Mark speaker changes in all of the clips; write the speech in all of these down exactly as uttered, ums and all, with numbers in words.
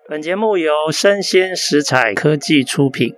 Speaker 1: 本节目由生鲜食材科技出品。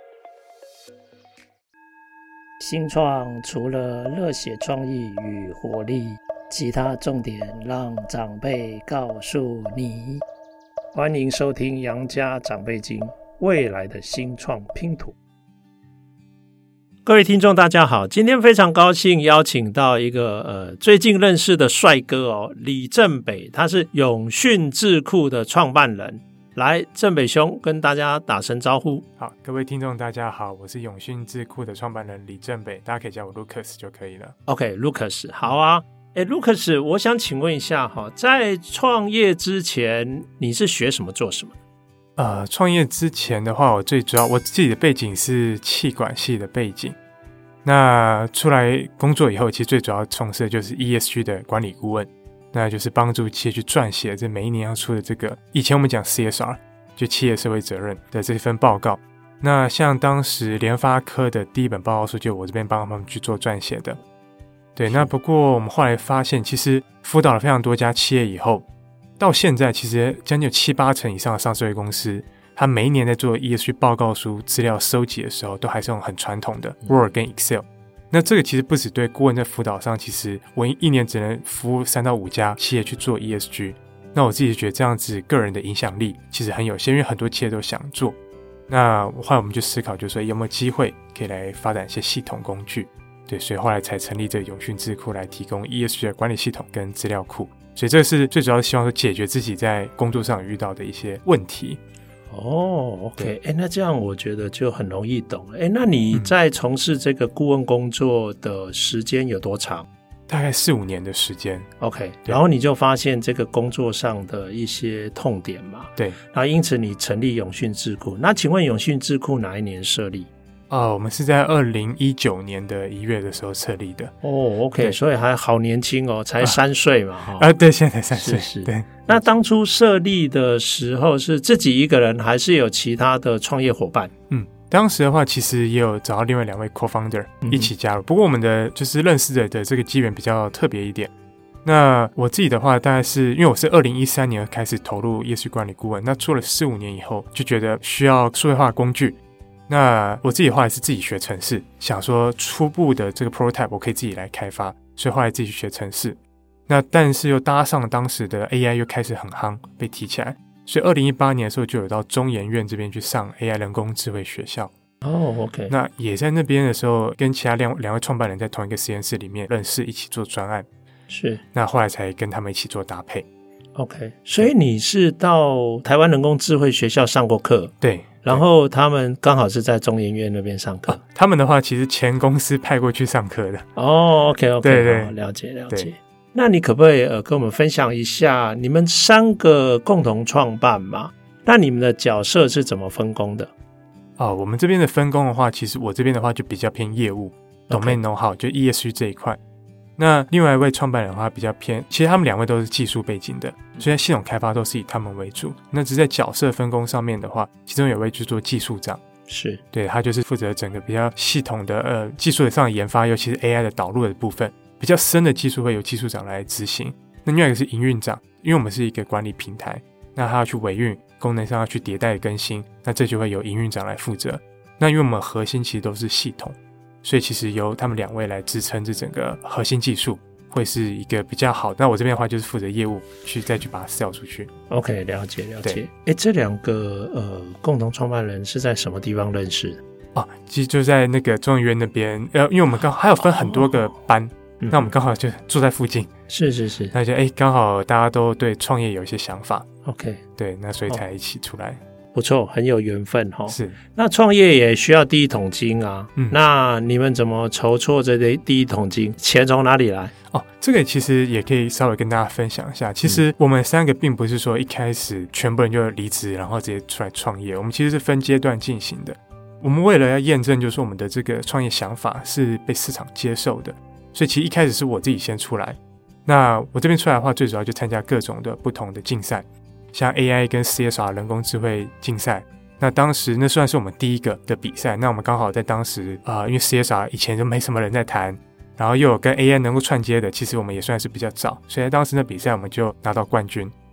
Speaker 1: 新创除了热血创意与活力，其他重点让长辈告诉你。欢迎收听杨家长辈经，未来的新创拼图。各位听众大家好，今天非常高兴邀请到一个呃最近认识的帅哥哦，李正北，他是永讯智库的创办人。来，正北兄跟大家打声招呼。
Speaker 2: 好，各位听众大家好，我是永讯智库的创办人李正北，大家可以叫我 Lucas 就可以了。
Speaker 1: OK Lucas， 好啊。诶 Lucas， 我想请问一下哈，在创业之前你是学什么做什么？
Speaker 2: 呃，创业之前的话，我最主要我自己的背景是企管系的背景，那出来工作以后，其实最主要从事的就是 E S G 的管理顾问，那就是帮助企业去撰写这每一年要出的这个，以前我们讲 C S R 就企业社会责任的这份报告。那像当时联发科的第一本报告书就我这边帮他们去做撰写的。对，那不过我们后来发现，其实辅导了非常多家企业以后，到现在其实将近有七八成以上的上市公司，它每一年在做 E S G 报告书资料收集的时候，都还是用很传统的 Word 跟 Excel。那这个其实不只对顾问在辅导上，其实我一年只能服务三到五家企业去做 E S G。那我自己觉得这样子个人的影响力其实很有限，因为很多企业都想做。那后来我们就思考，就是说有没有机会可以来发展一些系统工具。对，所以后来才成立这个永讯智库来提供 E S G 的管理系统跟资料库。所以这个是最主要希望说解决自己在工作上遇到的一些问题。
Speaker 1: 哦 OK， 哎，那这样我觉得就很容易懂了。哎，那你在从事这个顾问工作的时间有多长？
Speaker 2: 大概四五年的时间。
Speaker 1: OK， 然后你就发现这个工作上的一些痛点嘛。
Speaker 2: 对，
Speaker 1: 然后因此你成立永讯智库。那请问永讯智库哪一年设立？
Speaker 2: 哦，我们是在二零一九年的一月的时候设立的。
Speaker 1: 哦 OK， 所以还好年轻哦，才三岁嘛。
Speaker 2: 啊、呃，对，现在才三岁。
Speaker 1: 是是。
Speaker 2: 对。
Speaker 1: 那当初设立的时候是自己一个人，还是有其他的创业伙伴？
Speaker 2: 嗯，当时的话其实也有找到另外两位 co-founder 一起加入、嗯、不过我们的就是认识的的这个机缘比较特别一点。那我自己的话大概是因为我是二零一三年开始投入 E S G 管理顾问，那做了四五年以后就觉得需要数位化工具。那我自己后来是自己学程式，想说初步的这个 prototype 我可以自己来开发，所以后来自己去学程式。那但是又搭上当时的 A I 又开始很夯被提起来，所以二零一八年的时候就有到中研院这边去上 A I 人工智慧学校。
Speaker 1: 哦、oh, OK。
Speaker 2: 那也在那边的时候跟其他两两位创办人在同一个实验室里面认识，一起做专案。
Speaker 1: 是。
Speaker 2: 那后来才跟他们一起做搭配。
Speaker 1: OK， 所以你是到台湾人工智慧学校上过课？
Speaker 2: 对。
Speaker 1: 然后他们刚好是在中研院那边上课、啊、
Speaker 2: 他们的话其实前公司派过去上课的。
Speaker 1: 哦 OK OK，
Speaker 2: 对对，
Speaker 1: 了解了解。那你可不可以呃跟我们分享一下，你们三个共同创办嘛？那你们的角色是怎么分工的？
Speaker 2: 哦，我们这边的分工的话，其实我这边的话就比较偏业务、okay. Domain know-how 就 E S G 这一块。那另外一位创办人的话比较偏，其实他们两位都是技术背景的，所以在系统开发都是以他们为主。那只是在角色分工上面的话，其中有位去做技术长，
Speaker 1: 是
Speaker 2: 对，他就是负责整个比较系统的呃技术上的研发，尤其是 A I 的导入的部分，比较深的技术会由技术长来执行。那另外一个是营运长，因为我们是一个管理平台，那他要去维运，功能上要去迭代更新，那这就会由营运长来负责。那因为我们核心其实都是系统，所以其实由他们两位来支撑这整个核心技术，会是一个比较好。那我这边的话就是负责业务，去再去把它 sell 出去。
Speaker 1: OK， 了解了解。哎，这两个呃共同创办人是在什么地方认识的？
Speaker 2: 哦，其实就在那个中研院那边，呃，因为我们刚好还有分很多个班，哦、那我们刚好就住在附近。
Speaker 1: 是是是。
Speaker 2: 那就哎，刚好大家都对创业有一些想法。
Speaker 1: OK，
Speaker 2: 对，那所以才一起出来。
Speaker 1: 哦，不错，很有缘分齁。
Speaker 2: 是。
Speaker 1: 那创业也需要第一桶金啊、嗯、那你们怎么筹措这第一桶金？钱从哪里来？
Speaker 2: 哦，这个其实也可以稍微跟大家分享一下。其实我们三个并不是说一开始全部人就离职然后直接出来创业，我们其实是分阶段进行的。我们为了要验证就是我们的这个创业想法是被市场接受的，所以其实一开始是我自己先出来。那我这边出来的话，最主要就参加各种的不同的竞赛，像 A I 跟 C S R 人工智慧竞赛。那当时那算是我们第一个的比赛，那我们刚好在当时呃，因为 C S R 以前就没什么人在谈，然后又有跟 A I 能够串接的，其实我们也算是比较早，所以在当时的比赛我们就拿到冠军。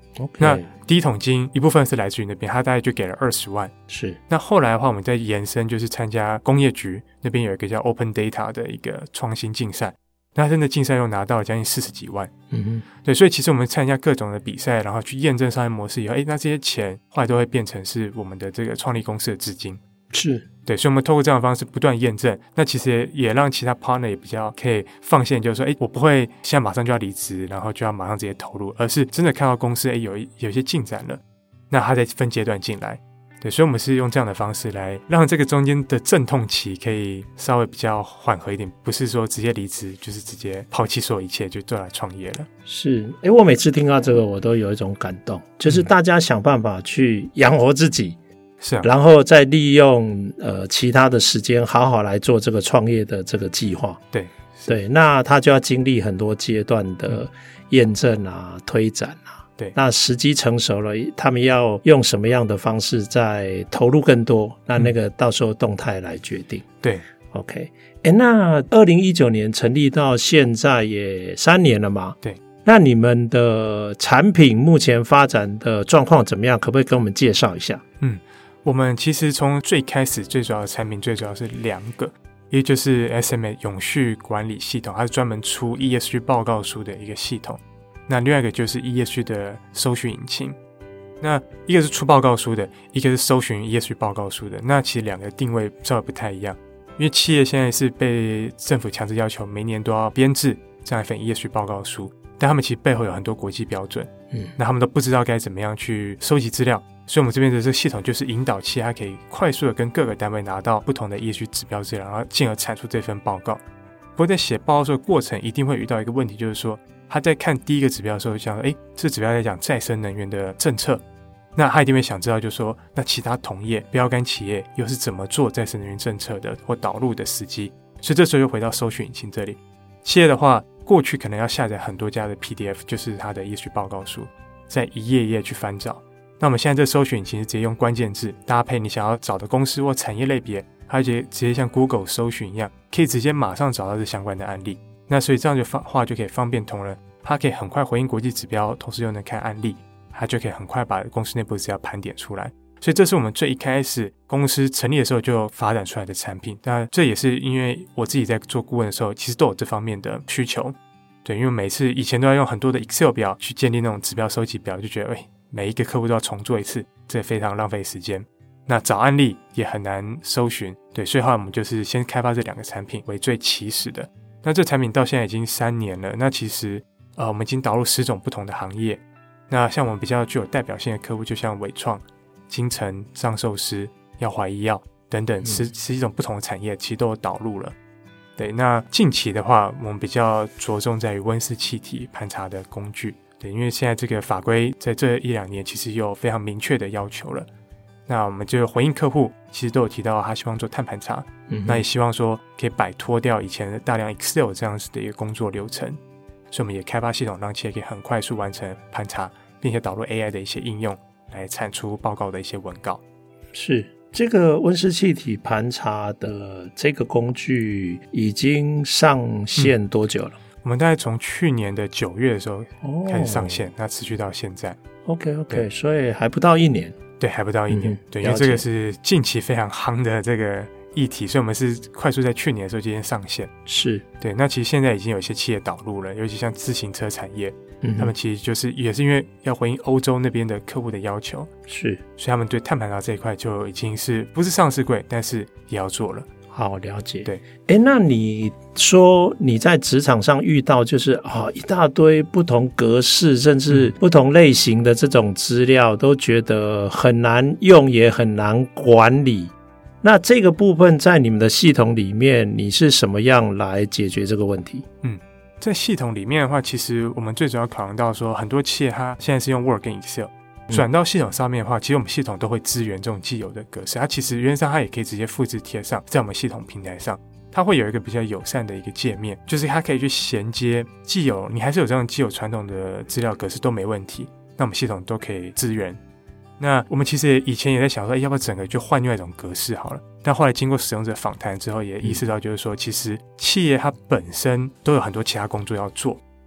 Speaker 1: OK，
Speaker 2: 那第一桶金一部分是来自于那边，他大概就给了二十万。
Speaker 1: 是。
Speaker 2: 那后来的话，我们再延伸，就是参加工业局那边有一个叫 Open Data 的一个创新竞赛，那真的竞赛又拿到了将近四十几万。
Speaker 1: 嗯哼，
Speaker 2: 对，所以其实我们参加各种的比赛，然后去验证商业模式以后，哎，那这些钱后来都会变成是我们的这个创立公司的资金。
Speaker 1: 是。
Speaker 2: 对，所以我们透过这样的方式不断验证，那其实 也, 也让其他 partner 也比较可以放心，就是说，哎，我不会现在马上就要离职，然后就要马上直接投入，而是真的看到公司哎有有一些进展了，那他再分阶段进来。对，所以我们是用这样的方式来让这个中间的阵痛期可以稍微比较缓和一点，不是说直接离职，就是直接抛弃所有一切就做来创业了。
Speaker 1: 是，哎，我每次听到这个，我都有一种感动，就是大家想办法去养活自己。嗯
Speaker 2: 是啊，
Speaker 1: 然后再利用呃其他的时间好好来做这个创业的这个计划。
Speaker 2: 对
Speaker 1: 对，那他就要经历很多阶段的验证啊、嗯、推展啊。
Speaker 2: 对，
Speaker 1: 那时机成熟了，他们要用什么样的方式再投入更多？那那个到时候动态来决定。
Speaker 2: 嗯、对
Speaker 1: ，OK。哎，那二零一九年成立到现在也三年了嘛？
Speaker 2: 对。
Speaker 1: 那你们的产品目前发展的状况怎么样？可不可以跟我们介绍一下？
Speaker 2: 嗯。我们其实从最开始最主要的产品最主要是两个，一个就是 S M A 永续管理系统，它是专门出 E S G 报告书的一个系统。那另外一个就是 E S G 的搜寻引擎。那一个是出报告书的，一个是搜寻 E S G 报告书的。那其实两个定位稍微不太一样，因为企业现在是被政府强制要求每年都要编制这样一份 E S G 报告书，但他们其实背后有很多国际标准，嗯，那他们都不知道该怎么样去收集资料。所以我们这边的这个系统就是引导企业它可以快速的跟各个单位拿到不同的 E S G 指标资料，然后进而产出这份报告。不过在写报告书的过程一定会遇到一个问题，就是说他在看第一个指标的时候想说，诶，这指标在讲再生能源的政策，那他一定会想知道就是说，那其他同业标杆企业又是怎么做再生能源政策的或导入的时机。所以这时候又回到搜寻引擎这里，企业的话过去可能要下载很多家的 P D F， 就是它的 E S G 报告书，再一页一页去翻找。那我们现在这搜寻引擎是直接用关键字搭配你想要找的公司或产业类别，它直接直接像 Google 搜寻一样，可以直接马上找到这相关的案例。那所以这样的话就可以方便同仁，他可以很快回应国际指标，同时又能看案例，他就可以很快把公司内部的资料盘点出来。所以这是我们最一开始公司成立的时候就发展出来的产品。那这也是因为我自己在做顾问的时候，其实都有这方面的需求。对，因为每次以前都要用很多的 Excel 表去建立那种指标收集表，就觉得哎。每一个客户都要重做一次，这非常浪费时间。那找案例也很难搜寻，对，所以后来我们就是先开发这两个产品为最起始的。那这产品到现在已经三年了，那其实呃我们已经导入十种不同的行业。那像我们比较具有代表性的客户，就像伟创、精诚、藏寿司、药华医药等等十十几种不同的产业，其实都有导入了。对，那近期的话，我们比较着重在于温室气体盘查的工具。对，因为现在这个法规在这一两年其实有非常明确的要求了，那我们就回应客户其实都有提到他希望做碳盘查、嗯、那也希望说可以摆脱掉以前的大量 Excel 这样子的一个工作流程，所以我们也开发系统让企业可以很快速完成盘查，并且导入 A I 的一些应用来产出报告的一些文稿。
Speaker 1: 是，这个温室气体盘查的这个工具已经上线多久了？嗯，
Speaker 2: 我们大概从去年的九月的时候开始上线、哦、那持续到现在。
Speaker 1: OK OK， 所以还不到一年。
Speaker 2: 对，还不到一年、嗯、对，因为这个是近期非常夯的这个议题，所以我们是快速在去年的时候就先上线。
Speaker 1: 是，
Speaker 2: 对，那其实现在已经有一些企业导入了，尤其像自行车产业、嗯、他们其实就是也是因为要回应欧洲那边的客户的要求，
Speaker 1: 是，
Speaker 2: 所以他们对碳盘查这一块就已经是不是上市柜，但是也要做了。
Speaker 1: 好，了解。
Speaker 2: 对，
Speaker 1: 诶，那你说你在职场上遇到就是啊、哦、一大堆不同格式甚至不同类型的这种资料、嗯、都觉得很难用也很难管理，那这个部分在你们的系统里面你是什么样来解决这个问题？
Speaker 2: 嗯，在系统里面的话，其实我们最主要考量到说很多企业它现在是用 Word 跟 Excel，转到系统上面的话，其实我们系统都会支援这种既有的格式，它其实原则上它也可以直接复制贴上在我们系统平台上，它会有一个比较友善的一个界面，就是它可以去衔接既有你还是有这样既有传统的资料格式都没问题，那我们系统都可以支援。那我们其实以前也在想说、欸、要不要整个就换另外一种格式好了，但后来经过使用者访谈之后也意识到，就是说其实企业它本身都有很多其他工作要做，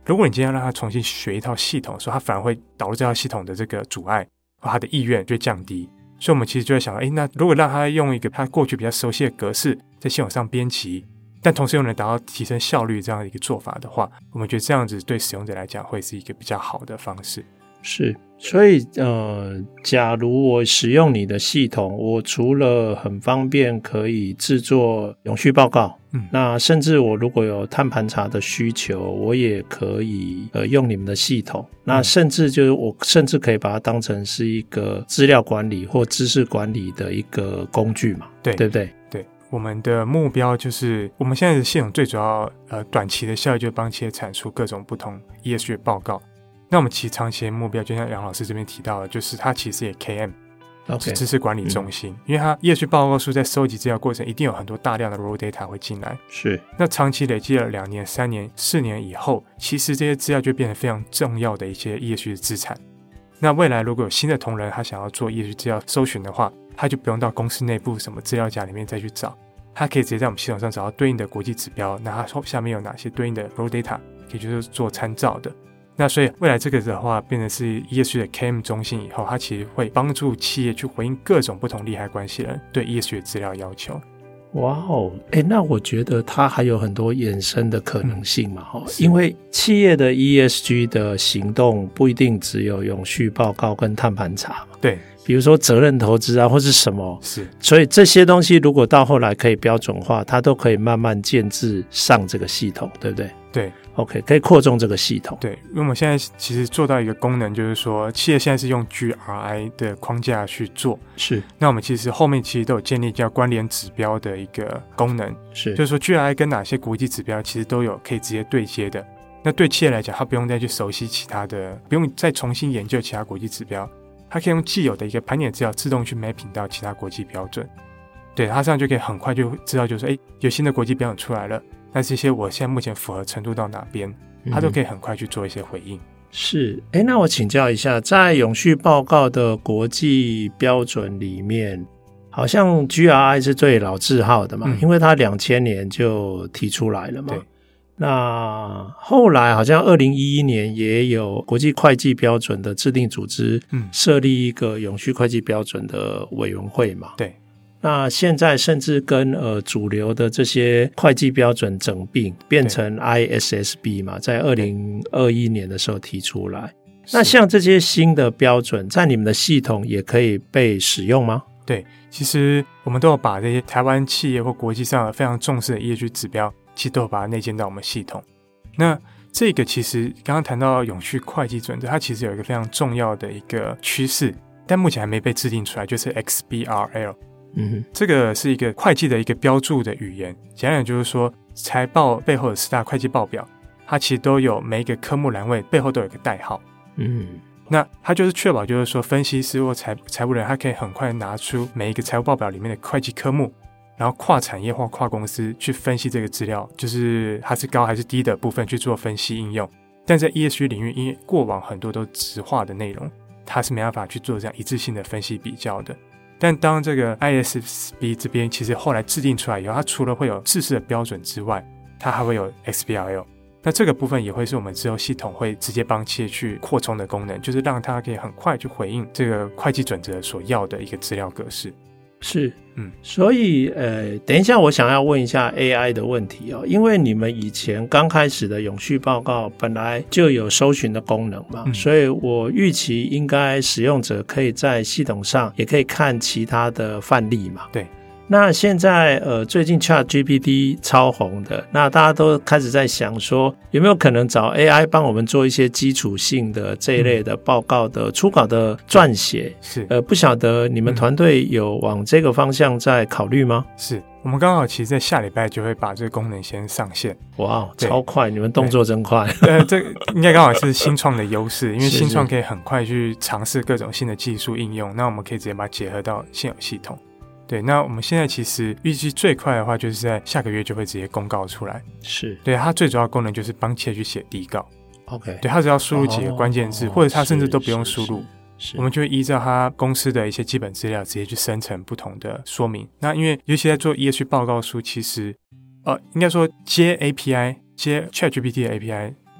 Speaker 2: 如果你今天要让他重新学一套系统的时候，他反而会导入这套系统的这个阻碍，他的意愿就会降低。所以我们其实就会想，哎，那如果让他用一个他过去比较熟悉的格式在系统上编辑，但同时又能达到提升效率这样的一个做法的话，我们觉得这样子对使用者来讲会是一个比较好的方式。
Speaker 1: 是，所以呃，假如我使用你的系统，我除了很方便可以制作永续报告，嗯，那甚至我如果有碳盘查的需求，我也可以呃用你们的系统。那甚至就是我甚至可以把它当成是一个资料管理或知识管理的一个工具嘛，
Speaker 2: 对，
Speaker 1: 对不对？
Speaker 2: 对，我们的目标就是我们现在的系统最主要呃短期的效益就是帮企业产出各种不同 E S G 的报告。那我们其实长期的目标就像杨老师这边提到的，就是它其实也 K M、okay, 是知识管理中心、嗯、因为它 E S G 报告书在收集资料过程一定有很多大量的 raw data 会进来，
Speaker 1: 是
Speaker 2: 那长期累积了两年三年四年以后，其实这些资料就变成非常重要的一些 E S G 的资产。那未来如果有新的同仁他想要做 E S G 资料搜寻的话，他就不用到公司内部什么资料夹里面再去找，他可以直接在我们系统上找到对应的国际指标，那它下面有哪些对应的 raw data 可以就是做参照的。那所以未来这个的话变成是 E S G 的 K M 中心以后，它其实会帮助企业去回应各种不同利害关系人对 E S G 的资料要求。
Speaker 1: 哇哦，哎，那我觉得它还有很多衍生的可能性嘛，嗯、因为企业的 E S G 的行动不一定只有永续报告跟碳盘查嘛，
Speaker 2: 对，
Speaker 1: 比如说责任投资啊或是什么，
Speaker 2: 是，
Speaker 1: 所以这些东西如果到后来可以标准化，它都可以慢慢建置上这个系统，对不对？
Speaker 2: 对
Speaker 1: OK， 可以扩充这个系统。
Speaker 2: 对，因为我们现在其实做到一个功能，就是说企业现在是用 G R I 的框架去做，
Speaker 1: 是。
Speaker 2: 那我们其实后面其实都有建立叫关联指标的一个功能，
Speaker 1: 是，
Speaker 2: 就是说 G R I 跟哪些国际指标其实都有可以直接对接的。那对企业来讲，它不用再去熟悉其他的，不用再重新研究其他国际指标，它可以用既有的一个盘点资料自动去 mapping 到其他国际标准。对，它这样就可以很快就知道，就是哎，有新的国际标准出来了。那这些我现在目前符合程度到哪边，它都可以很快去做一些回应。
Speaker 1: 是，哎，那我请教一下，在永续报告的国际标准里面，好像 G R I 是最老字号的嘛，嗯、因为它两千年就提出来了嘛。
Speaker 2: 对。
Speaker 1: 那后来好像二零一一年也有国际会计标准的制定组织，嗯，设立一个永续会计标准的委员会嘛。
Speaker 2: 对。
Speaker 1: 那现在甚至跟呃主流的这些会计标准整并，变成 I S S B 嘛，在二零二一年的时候提出来。那像这些新的标准，在你们的系统也可以被使用吗？
Speaker 2: 对，其实我们都有把这些台湾企业或国际上非常重视的 E S G 指标，其实都有把它内建到我们系统。那这个其实刚刚谈到永续会计准则，它其实有一个非常重要的一个趋势，但目前还没被制定出来，就是 X B R L。嗯，这个是一个会计的一个标注的语言，简单讲就是说财报背后的四大会计报表，它其实都有每一个科目栏位背后都有一个代号。嗯，那它就是确保就是说分析师或财财务人他可以很快拿出每一个财务报表里面的会计科目，然后跨产业或跨公司去分析这个资料，就是它是高还是低的部分去做分析应用。但在 E S G 领域，因为过往很多都直化的内容，它是没办法去做这样一致性的分析比较的。但当这个 I S S B 这边其实后来制定出来以后，它除了会有制式的标准之外，它还会有 X B R L。 那这个部分也会是我们之后系统会直接帮企业去扩充的功能，就是让它可以很快去回应这个会计准则所要的一个资料格式。
Speaker 1: 是，嗯，所以呃，等一下我想要问一下 A I 的问题哦，因为你们以前刚开始的永续报告本来就有搜寻的功能嘛，嗯、所以我预期应该使用者可以在系统上也可以看其他的范例嘛。
Speaker 2: 对。
Speaker 1: 那现在呃，最近 ChatGPT 超红的，那大家都开始在想说，有没有可能找 A I 帮我们做一些基础性的这一类的报告的初稿的撰写？
Speaker 2: 是，
Speaker 1: 呃，不晓得你们团队有往这个方向在考虑吗？
Speaker 2: 是，我们刚好其实在下礼拜就会把这个功能先上线。
Speaker 1: 哇，超快，你们动作真快。
Speaker 2: 呃，这应该刚好是新创的优势，因为新创可以很快去尝试各种新的技术应用，那我们可以直接把它结合到现有系统。对，那我们现在其实预计最快的话，就是在下个月就会直接公告出来。
Speaker 1: 是，
Speaker 2: 对，它最主要的功能就是帮企业去写底稿。
Speaker 1: OK，
Speaker 2: 对，它只要输入几个关键字，哦、或者它甚至都不用输入，我们就会依照它公司的一些基本资料，直接去生成不同的说明。那因为尤其在做 E S G 报告书，其实呃，应该说接 A P I、接 ChatGPT 的 A P I，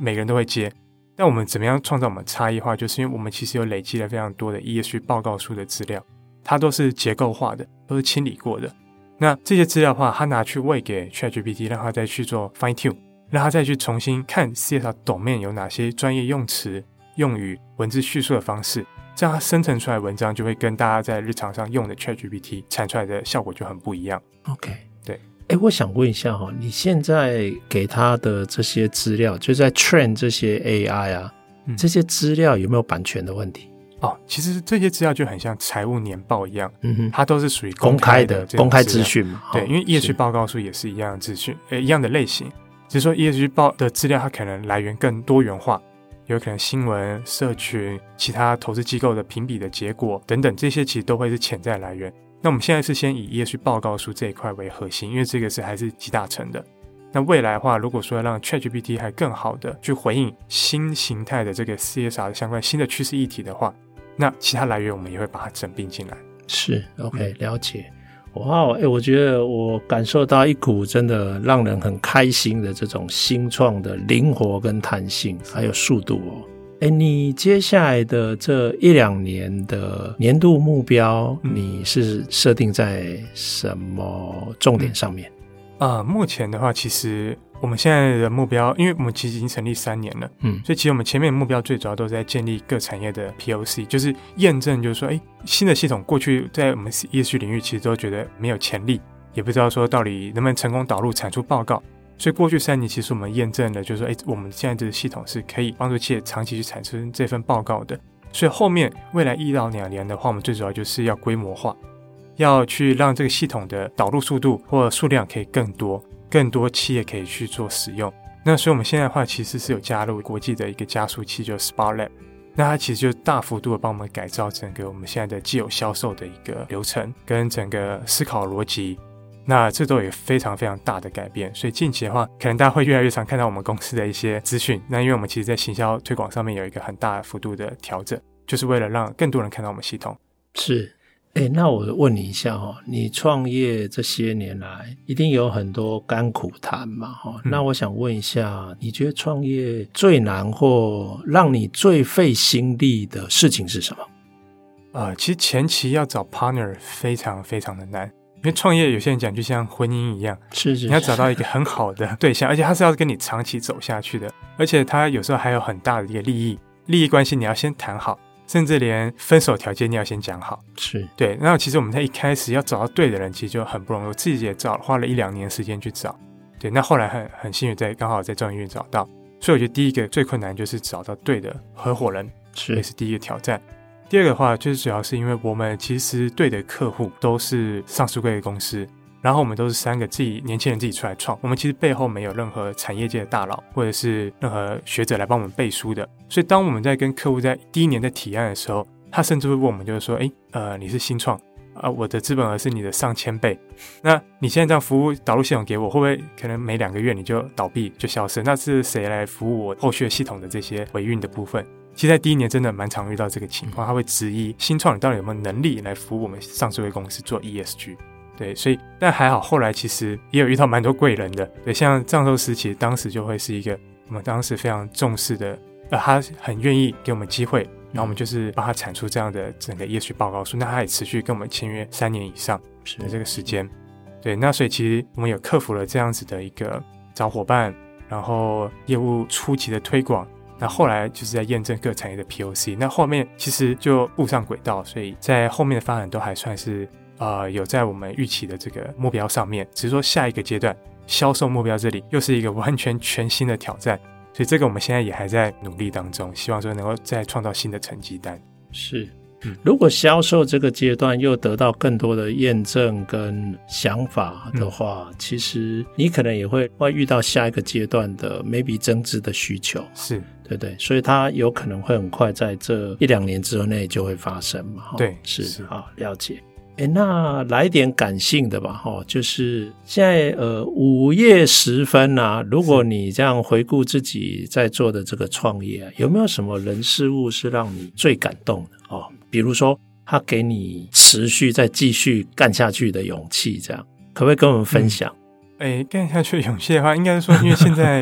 Speaker 2: 每个人都会接。但我们怎么样创造我们差异化，就是因为我们其实有累积了非常多的 E S G 报告书的资料，它都是结构化的，都是清理过的。那这些资料的话，它拿去喂给 ChatGPT， 让它再去做 fine tune， 让它再去重新看 C S R domain 有哪些专业用词、用语、文字叙述的方式，这样它生成出来的文章就会跟大家在日常上用的 ChatGPT 产出来的效果就很不一样。
Speaker 1: OK，
Speaker 2: 对。
Speaker 1: 哎，我想问一下哈，你现在给他的这些资料，就在 train 这些 A I 啊、嗯、这些资料有没有版权的问题？
Speaker 2: 哦，其实这些资料就很像财务年报一样，嗯哼，它都是属于公
Speaker 1: 开
Speaker 2: 的
Speaker 1: 公开资讯嘛。
Speaker 2: 对，因为 E S G 报告书也是一样的资讯，呃，一样的类型，只是说 E S G 报的资料它可能来源更多元化，有可能新闻、社群、其他投资机构的评比的结果等等，这些其实都会是潜在来源。那我们现在是先以 E S G 报告书这一块为核心，因为这个是还是集大成的。那未来的话，如果说要让 ChatGPT 还更好的去回应新形态的这个 C S R 的相关新的趋势议题的话，那其他来源我们也会把它整并进来。
Speaker 1: 是 OK， 了解。哇，欸，我觉得我感受到一股真的让人很开心的这种新创的灵活跟弹性还有速度哦。欸，你接下来的这一两年的年度目标，嗯，你是设定在什么重点上面？
Speaker 2: 嗯呃、目前的话，其实我们现在的目标，因为我们其实已经成立三年了，嗯，所以其实我们前面的目标最主要都是在建立各产业的 P O C， 就是验证，就是说，哎，新的系统过去在我们 E S G 领域其实都觉得没有潜力，也不知道说到底能不能成功导入产出报告。所以过去三年，其实我们验证了，就是说，哎，我们现在这个系统是可以帮助企业长期去产生这份报告的。所以后面未来一到两年的话，我们最主要就是要规模化。要去让这个系统的导入速度或数量可以更多，更多企业可以去做使用。那所以我们现在的话其实是有加入国际的一个加速器，就是 Spark Lab， 那它其实就大幅度的帮我们改造整个我们现在的既有销售的一个流程跟整个思考逻辑，那这都有非常非常大的改变。所以近期的话可能大家会越来越常看到我们公司的一些资讯，那因为我们其实在行销推广上面有一个很大幅度的调整，就是为了让更多人看到我们系统。
Speaker 1: 是欸，那我问你一下哦，你创业这些年来一定有很多甘苦谈嘛，嗯，那我想问一下，你觉得创业最难或让你最费心力的事情是什么？
Speaker 2: 呃，其实前期要找 partner 非常非常的难，因为创业有些人讲就像婚姻一样，
Speaker 1: 是是是，
Speaker 2: 你要找到一个很好的对象，而且他是要跟你长期走下去的，而且他有时候还有很大的一个利益利益关系，你要先谈好，甚至连分手条件你要先讲好。
Speaker 1: 是
Speaker 2: 对，那其实我们在一开始要找到对的人其实就很不容易，我自己也找花了一两年时间去找。对，那后来很很幸运在刚好在中研院找到，所以我觉得第一个最困难就是找到对的合伙人，
Speaker 1: 是
Speaker 2: 也是第一个挑战。第二个的话就是主要是因为我们其实对的客户都是上市柜的公司，然后我们都是三个自己年轻人自己出来创，我们其实背后没有任何产业界的大佬或者是任何学者来帮我们背书的，所以当我们在跟客户在第一年的提案的时候，他甚至会问我们，就是说，哎，呃，你是新创，呃，我的资本额是你的上千倍，那你现在这样服务导入系统给我，会不会可能每两个月你就倒闭就消失？那是谁来服务我后续系统的这些维运的部分？其实在第一年真的蛮常遇到这个情况，他会质疑新创你到底有没有能力来服务我们上市柜公司做 E S G。对，所以但还好后来其实也有遇到蛮多贵人的。对，像藏寿司其实当时就会是一个我们当时非常重视的，呃，他很愿意给我们机会，然后我们就是帮他产出这样的整个 E S G 报告书，那他也持续跟我们签约三年以上的这个时间。对，那所以其实我们有克服了这样子的一个找伙伴，然后业务初期的推广，那后来就是在验证各产业的 P O C， 那后面其实就步上轨道，所以在后面的发展都还算是呃有在我们预期的这个目标上面，只是说下一个阶段销售目标这里又是一个完全全新的挑战，所以这个我们现在也还在努力当中，希望说能够再创造新的成绩单。
Speaker 1: 是，如果销售这个阶段又得到更多的验证跟想法的话，嗯，其实你可能也会会遇到下一个阶段的 maybe 增资的需求，
Speaker 2: 是，
Speaker 1: 对不对？所以它有可能会很快在这一两年之内就会发生嘛。
Speaker 2: 对，
Speaker 1: 是，
Speaker 2: 是，
Speaker 1: 好，了解。诶，那来点感性的吧，就是现在呃午夜时分啊，如果你这样回顾自己在做的这个创业，啊，有没有什么人事物是让你最感动的哦？比如说他给你持续再继续干下去的勇气，这样可不可以跟我们分享？
Speaker 2: 嗯，诶，干下去的勇气的话，应该是说因为现在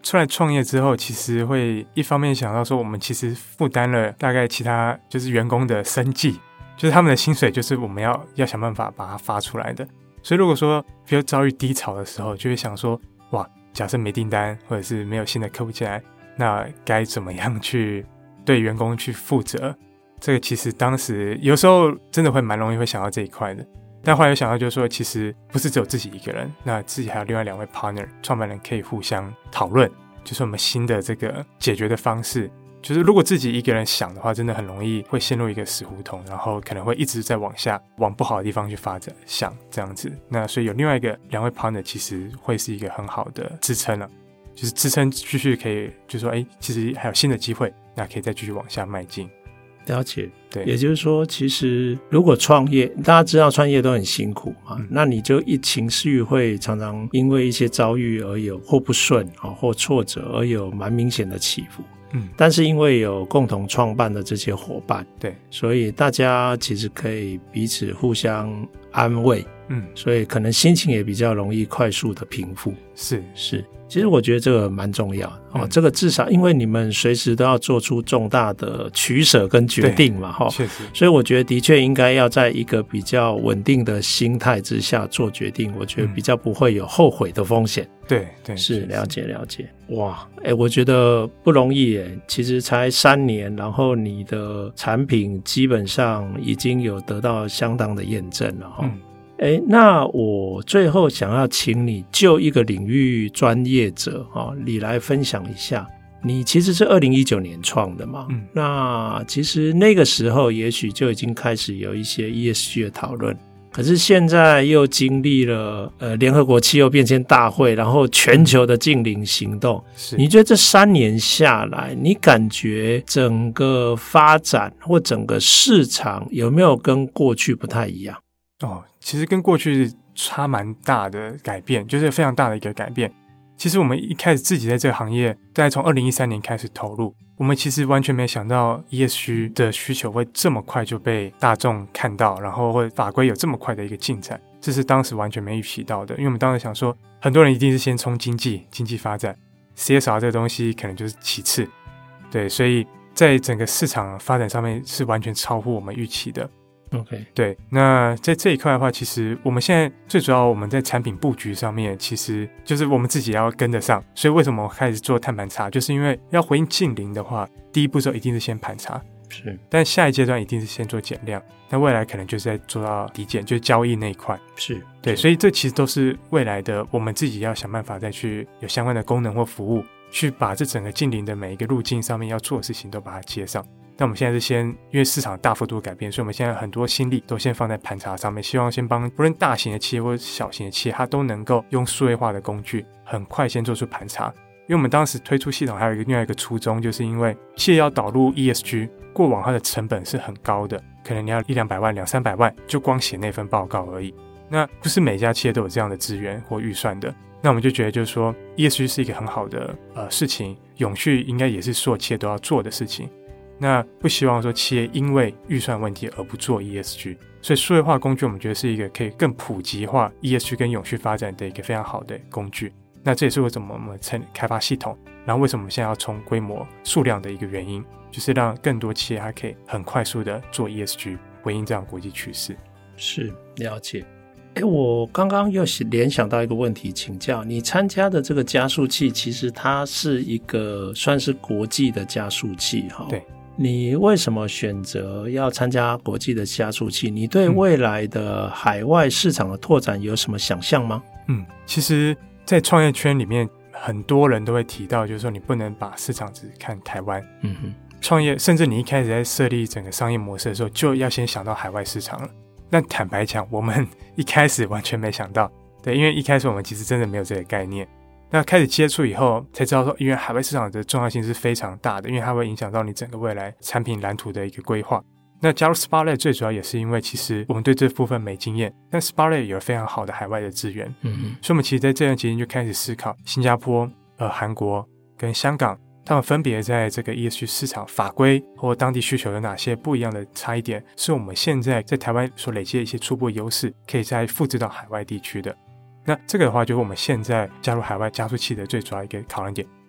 Speaker 2: 出来创业之后，其实会一方面想到说，我们其实负担了大概其他就是员工的生计，就是他们的薪水就是我们要要想办法把它发出来的。所以如果说比如遭遇低潮的时候，就会想说，哇，假设没订单或者是没有新的客户进来，那该怎么样去对员工去负责？这个其实当时有时候真的会蛮容易会想到这一块的，但后来又想到就是说，其实不是只有自己一个人，那自己还有另外两位 partner 创办人可以互相讨论，就是我们新的这个解决的方式。就是如果自己一个人想的话，真的很容易会陷入一个死胡同，然后可能会一直在往下往不好的地方去发展想这样子。那所以有另外一个两位 partner 其实会是一个很好的支撑了，就是支撑继续可以就是说哎，其实还有新的机会，那可以再继续往下迈进。
Speaker 1: 了解，
Speaker 2: 对，
Speaker 1: 也就是说，其实如果创业，大家知道创业都很辛苦嘛，嗯、那你就一情绪会常常因为一些遭遇而有或不顺或挫折而有蛮明显的起伏。嗯，但是因为有共同创办的这些伙伴，
Speaker 2: 对，
Speaker 1: 所以大家其实可以彼此互相安慰，
Speaker 2: 嗯，
Speaker 1: 所以可能心情也比较容易快速的平复。
Speaker 2: 是
Speaker 1: 是，其实我觉得这个蛮重要的、哦嗯、这个至少因为你们随时都要做出重大的取舍跟决定嘛，哈，
Speaker 2: 确实，
Speaker 1: 所以我觉得的确应该要在一个比较稳定的心态之下做决定，我觉得比较不会有后悔的风险。
Speaker 2: 对对，
Speaker 1: 是了解了解。哇，哎，我觉得不容易耶，其实才三年，然后你的产品基本上已经有得到相当的验证了哈。嗯诶，那我最后想要请你就一个领域专业者、哦、你来分享一下，你其实是二零一九年创的嘛、嗯、那其实那个时候也许就已经开始有一些 E S G 的讨论，可是现在又经历了呃联合国气候变迁大会，然后全球的净零行动，是你觉得这三年下来，你感觉整个发展或整个市场有没有跟过去不太一样？
Speaker 2: 哦，其实跟过去差蛮大的改变，就是非常大的一个改变。其实我们一开始自己在这个行业，大概从二零一三年开始投入，我们其实完全没想到 E S G 的需求会这么快就被大众看到，然后会法规有这么快的一个进展，这是当时完全没预期到的。因为我们当时想说，很多人一定是先冲经济经济发展 ，C S R 这个东西可能就是其次，对，所以在整个市场发展上面是完全超乎我们预期的。
Speaker 1: OK，
Speaker 2: 对，那在这一块的话，其实我们现在最主要我们在产品布局上面，其实就是我们自己要跟得上。所以为什么我开始做碳盘查，就是因为要回应净零的话，第一步骤一定是先盘查，
Speaker 1: 是，
Speaker 2: 但下一阶段一定是先做减量，那未来可能就是在做到抵减，就是交易那一块，
Speaker 1: 是
Speaker 2: 对，所以这其实都是未来的我们自己要想办法再去有相关的功能或服务，去把这整个净零的每一个路径上面要做的事情都把它接上。那我们现在是先因为市场大幅度改变，所以我们现在很多心力都先放在盘查上面，希望先帮不论大型的企业或者小型的企业，它都能够用数位化的工具很快先做出盘查。因为我们当时推出系统还有一个另外一个初衷，就是因为企业要导入 E S G， 过往它的成本是很高的，可能你要一两百万两三百万就光写那份报告而已，那不是每家企业都有这样的资源或预算的。那我们就觉得就是说 E S G 是一个很好的呃事情，永续应该也是所有企业都要做的事情，那不希望说企业因为预算问题而不做 E S G， 所以数位化工具我们觉得是一个可以更普及化 E S G 跟永续发展的一个非常好的工具。那这也是为什么我们开发系统，然后为什么我们现在要冲规模数量的一个原因，就是让更多企业还可以很快速的做 E S G， 回应这样国际趋势。
Speaker 1: 是，了解。诶，我刚刚又联想到一个问题，请教你参加的这个加速器，其实它是一个算是国际的加速器，
Speaker 2: 对，
Speaker 1: 你为什么选择要参加国际的加速器？你对未来的海外市场的拓展有什么想象吗？
Speaker 2: 嗯，其实在创业圈里面很多人都会提到，就是说你不能把市场只看台湾。嗯哼，创业甚至你一开始在设立整个商业模式的时候就要先想到海外市场了。但坦白讲，我们一开始完全没想到，对，因为一开始我们其实真的没有这个概念。那开始接触以后才知道说，因为海外市场的重要性是非常大的，因为它会影响到你整个未来产品蓝图的一个规划。那加入 Spotlight 最主要也是因为其实我们对这部分没经验，但 Spotlight 有非常好的海外的资源，嗯，所以我们其实在这段期间就开始思考新加坡、呃韩国跟香港，他们分别在这个 E S G 市场法规或当地需求有哪些不一样的差异点，是我们现在在台湾所累积的一些初步优势，可以再复制到海外地区的。那这个的话就是我们现在加入海外加速器的最主要一个考量点，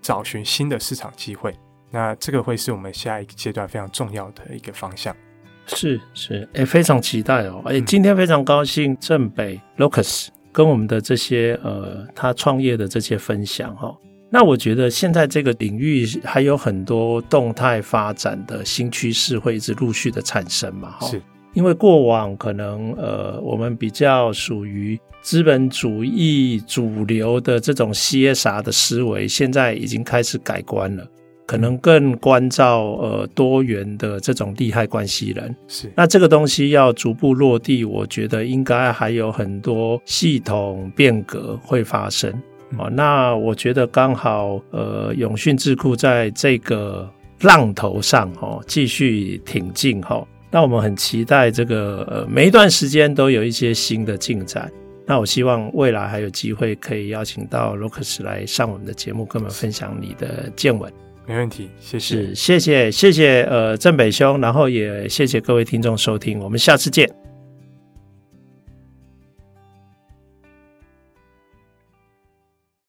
Speaker 2: 找寻新的市场机会。那这个会是我们下一个阶段非常重要的一个方向。
Speaker 1: 是是，哎，非常期待哦！哎，今天非常高兴正北 Locus 跟我们的这些呃他创业的这些分享哈、哦。那我觉得现在这个领域还有很多动态发展的新趋势会一直陆续的产生嘛哈、哦。
Speaker 2: 是，
Speaker 1: 因为过往可能呃我们比较属于资本主义主流的这种 C S R 的思维，现在已经开始改观了。可能更关照呃多元的这种利害关系人，
Speaker 2: 是，
Speaker 1: 那这个东西要逐步落地，我觉得应该还有很多系统变革会发生、嗯哦、那我觉得刚好呃永讯智库在这个浪头上哦继续挺进哦，那我们很期待这个呃每一段时间都有一些新的进展。那我希望未来还有机会可以邀请到 Locus 来上我们的节目，跟我们分享你的见闻。
Speaker 2: 没问题，谢谢，
Speaker 1: 是，谢谢，谢谢，呃，郑北兄，然后也谢谢各位听众收听，我们下次见。